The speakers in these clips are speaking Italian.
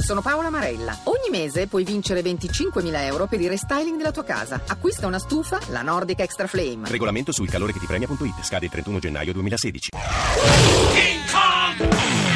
Sono Paola Marella. Ogni mese puoi vincere 25.000 euro per il restyling della tua casa. Acquista una stufa, la Nordic Extra Flame. Regolamento sul calore che ti premia.it. Scade il 31 gennaio 2016. King Kong!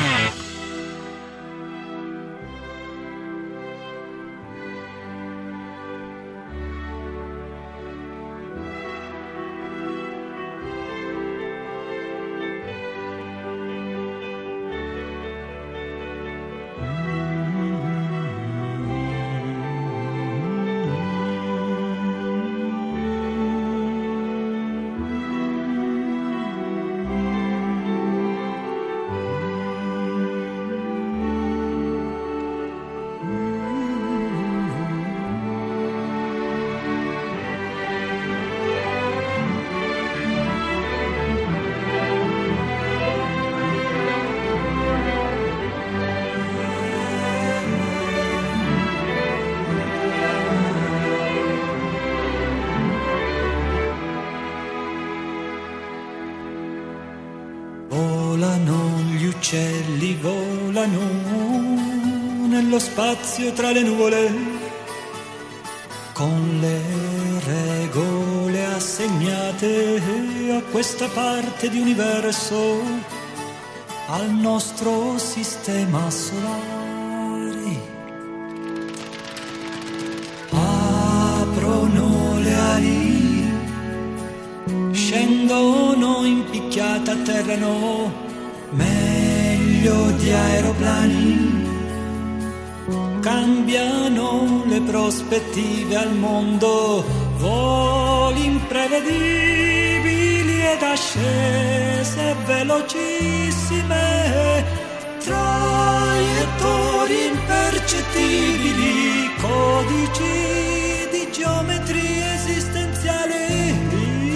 Volano gli uccelli, volano nello spazio tra le nuvole, con le regole assegnate a questa parte di universo, al nostro sistema solare. Aprono le ali, scendono in picchiata, atterrano meglio di aeroplani, cambiano le prospettive al mondo, voli imprevedibili ed ascese velocissime, traiettorie impercettibili, codici di geometrie esistenziali.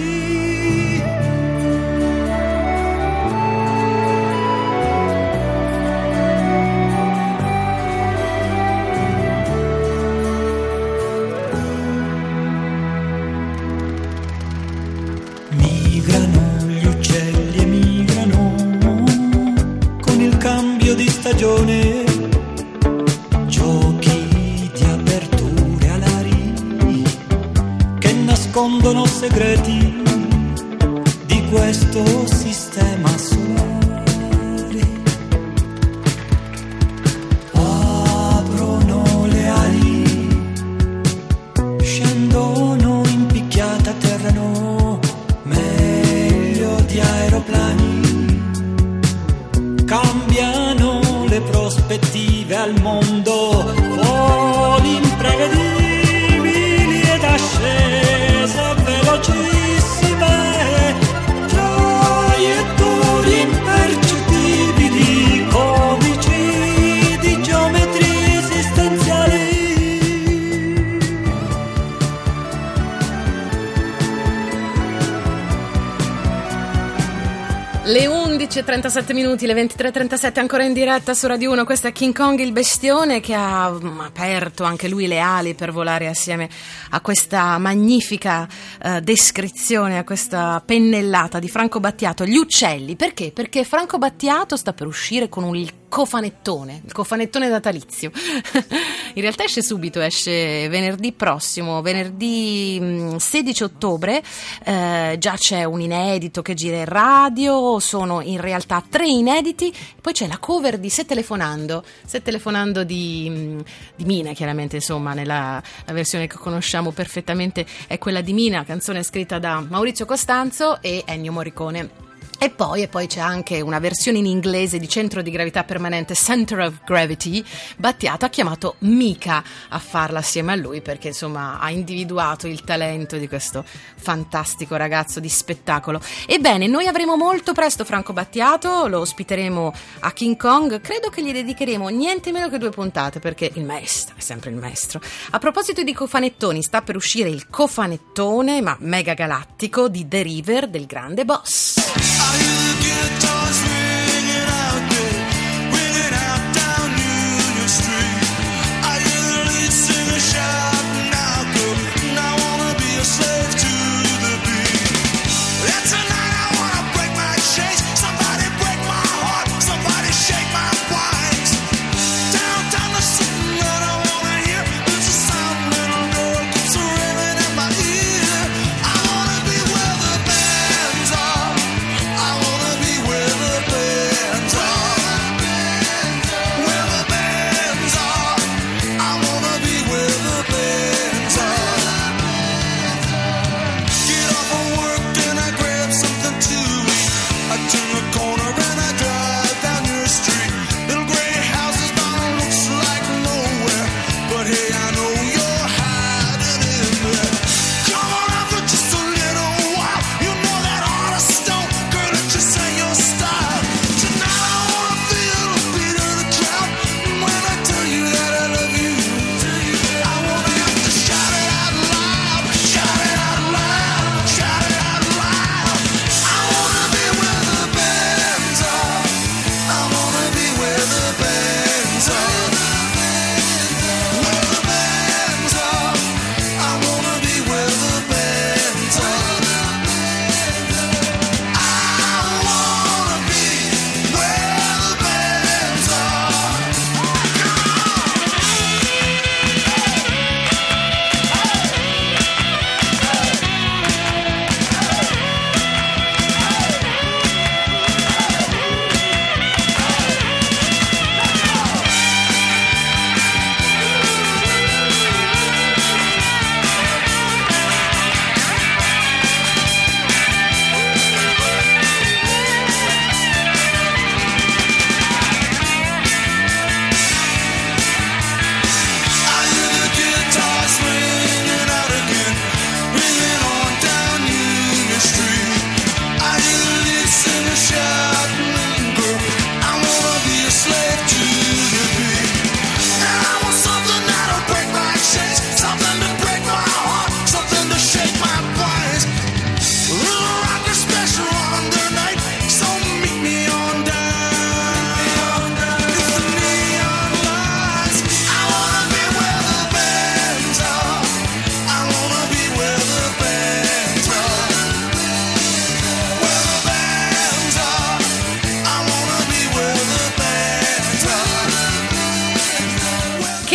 Di stagione, giochi di aperture alari che nascondono segreti di questo sistema solare. Aprono le ali, scendono in picchiata, atterrano meglio di aeroplani, cambiano le prospettive al mondo, voli imprevedibili ed ascese velocissime, traiettorie impercettibili, codici di geometrie esistenziali. Le 11:37 minuti, le 23:37 ancora in diretta su Radio 1. Questa è King Kong il bestione, che ha aperto anche lui le ali per volare assieme a questa magnifica descrizione, a questa pennellata di Franco Battiato. Gli uccelli, perché? Perché Franco Battiato sta per uscire con il cofanettone natalizio. In realtà esce subito, esce venerdì prossimo, venerdì 16 ottobre. Già c'è un inedito che gira in radio, sono in realtà 3 inediti, poi c'è la cover di Se telefonando di Mina, chiaramente, insomma, la versione che conosciamo perfettamente è quella di Mina, canzone scritta da Maurizio Costanzo e Ennio Morricone. E poi c'è anche una versione in inglese di Centro di Gravità Permanente, Center of Gravity. Battiato ha chiamato Mika a farla assieme a lui, perché insomma ha individuato il talento di questo fantastico ragazzo di spettacolo. Ebbene, noi avremo molto presto Franco Battiato, lo ospiteremo a King Kong, credo che gli dedicheremo niente meno che 2 puntate, perché il maestro è sempre il maestro. A proposito di cofanettoni, sta per uscire il cofanettone, ma mega galattico, di The River del grande Boss. Somebody break my heart, somebody shake my wines. Down the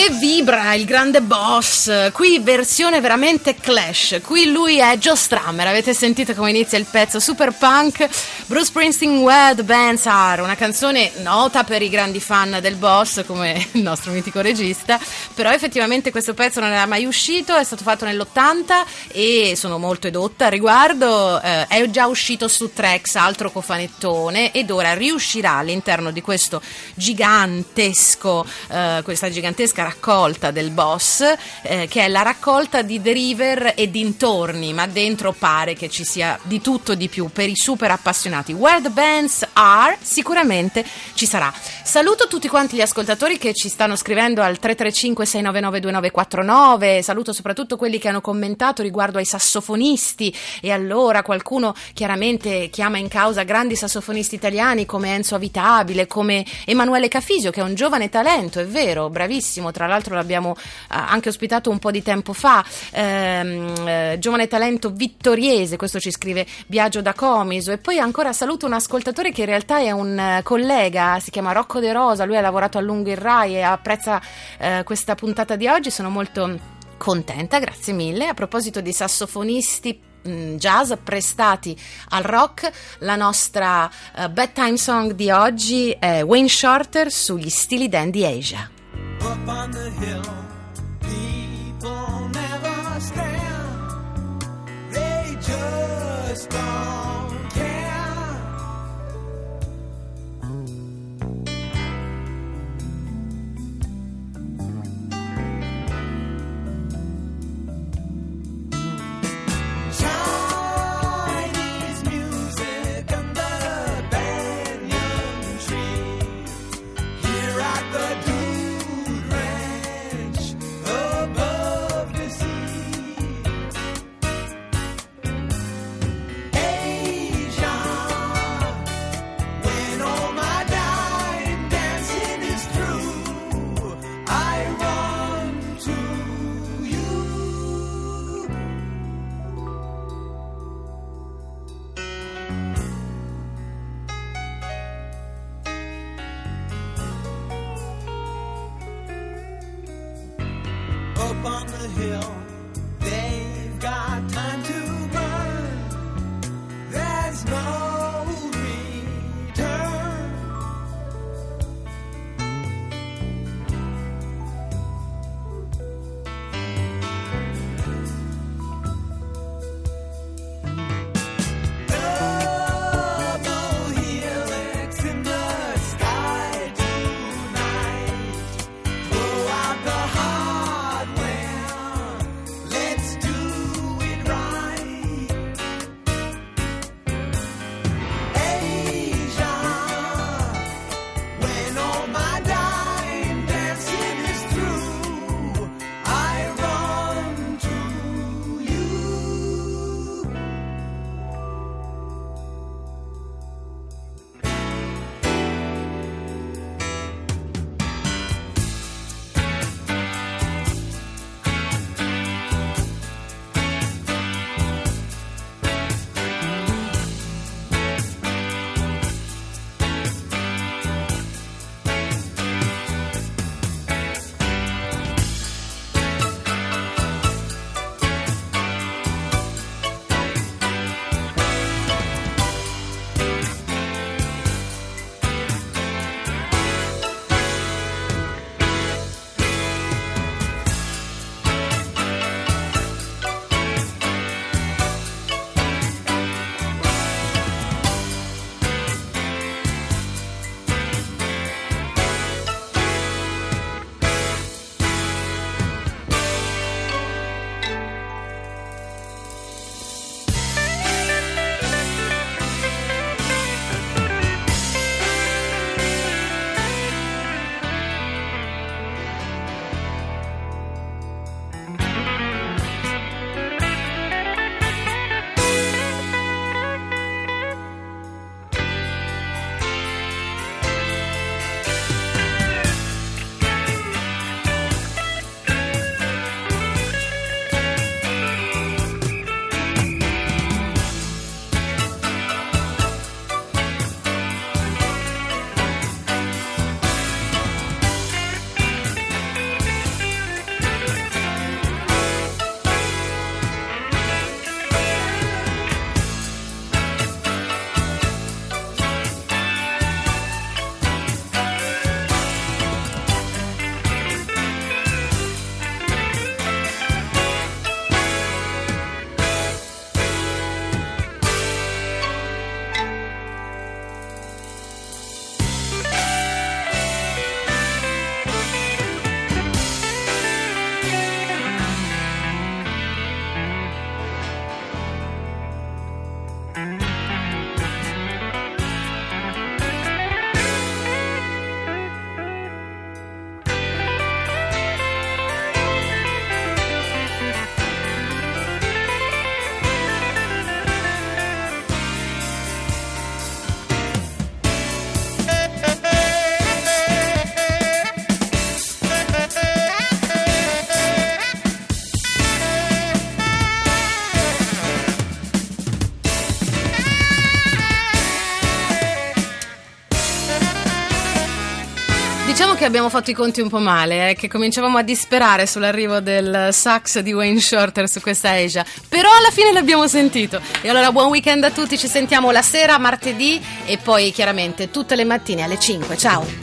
Che vibra il grande Boss, qui versione veramente Clash, qui lui è Joe Strummer, avete sentito come inizia il pezzo super punk, Bruce Springsteen Where the Bands Are, una canzone nota per i grandi fan del Boss come il nostro mitico regista, però effettivamente questo pezzo non era mai uscito, è stato fatto nell'80 e sono molto edotta a riguardo, è già uscito su Trax, altro cofanettone, ed ora riuscirà all'interno di questo gigantesco, questa gigantesca raccolta del Boss, che è la raccolta di The River e dintorni, ma dentro pare che ci sia di tutto di più per i super appassionati. Where the Bands Are sicuramente ci sarà. Saluto tutti quanti gli ascoltatori che ci stanno scrivendo al 335 699 2949, saluto soprattutto quelli che hanno commentato riguardo ai sassofonisti, e allora qualcuno chiaramente chiama in causa grandi sassofonisti italiani come Enzo Avitabile, come Emanuele Cafisio, che è un giovane talento, è vero, bravissimo, tra l'altro l'abbiamo anche ospitato un po' di tempo fa, giovane talento vittoriese, questo ci scrive Biagio da Comiso. E poi ancora saluto un ascoltatore che in realtà è un collega, si chiama Rocco De Rosa, lui ha lavorato a lungo in Rai e apprezza questa puntata di oggi, sono molto contenta, grazie mille. A proposito di sassofonisti jazz prestati al rock, la nostra bedtime song di oggi è Wayne Shorter sugli Steely Dan di Asia. Up on the hill, people never stand. They just don't care. Chinese music under banyan tree. Here at the above the sea, Asia, when all my time dancing is through, I run to you. Up on the hill, they've got time to burn. There's no return. Double helix in the sky tonight. Blow out the hardware. Let's do it right. che abbiamo fatto i conti un po' male, che cominciavamo a disperare sull'arrivo del sax di Wayne Shorter su questa Asia, però alla fine l'abbiamo sentito. E allora buon weekend a tutti, ci sentiamo la sera, martedì, e poi chiaramente tutte le mattine alle 5. Ciao!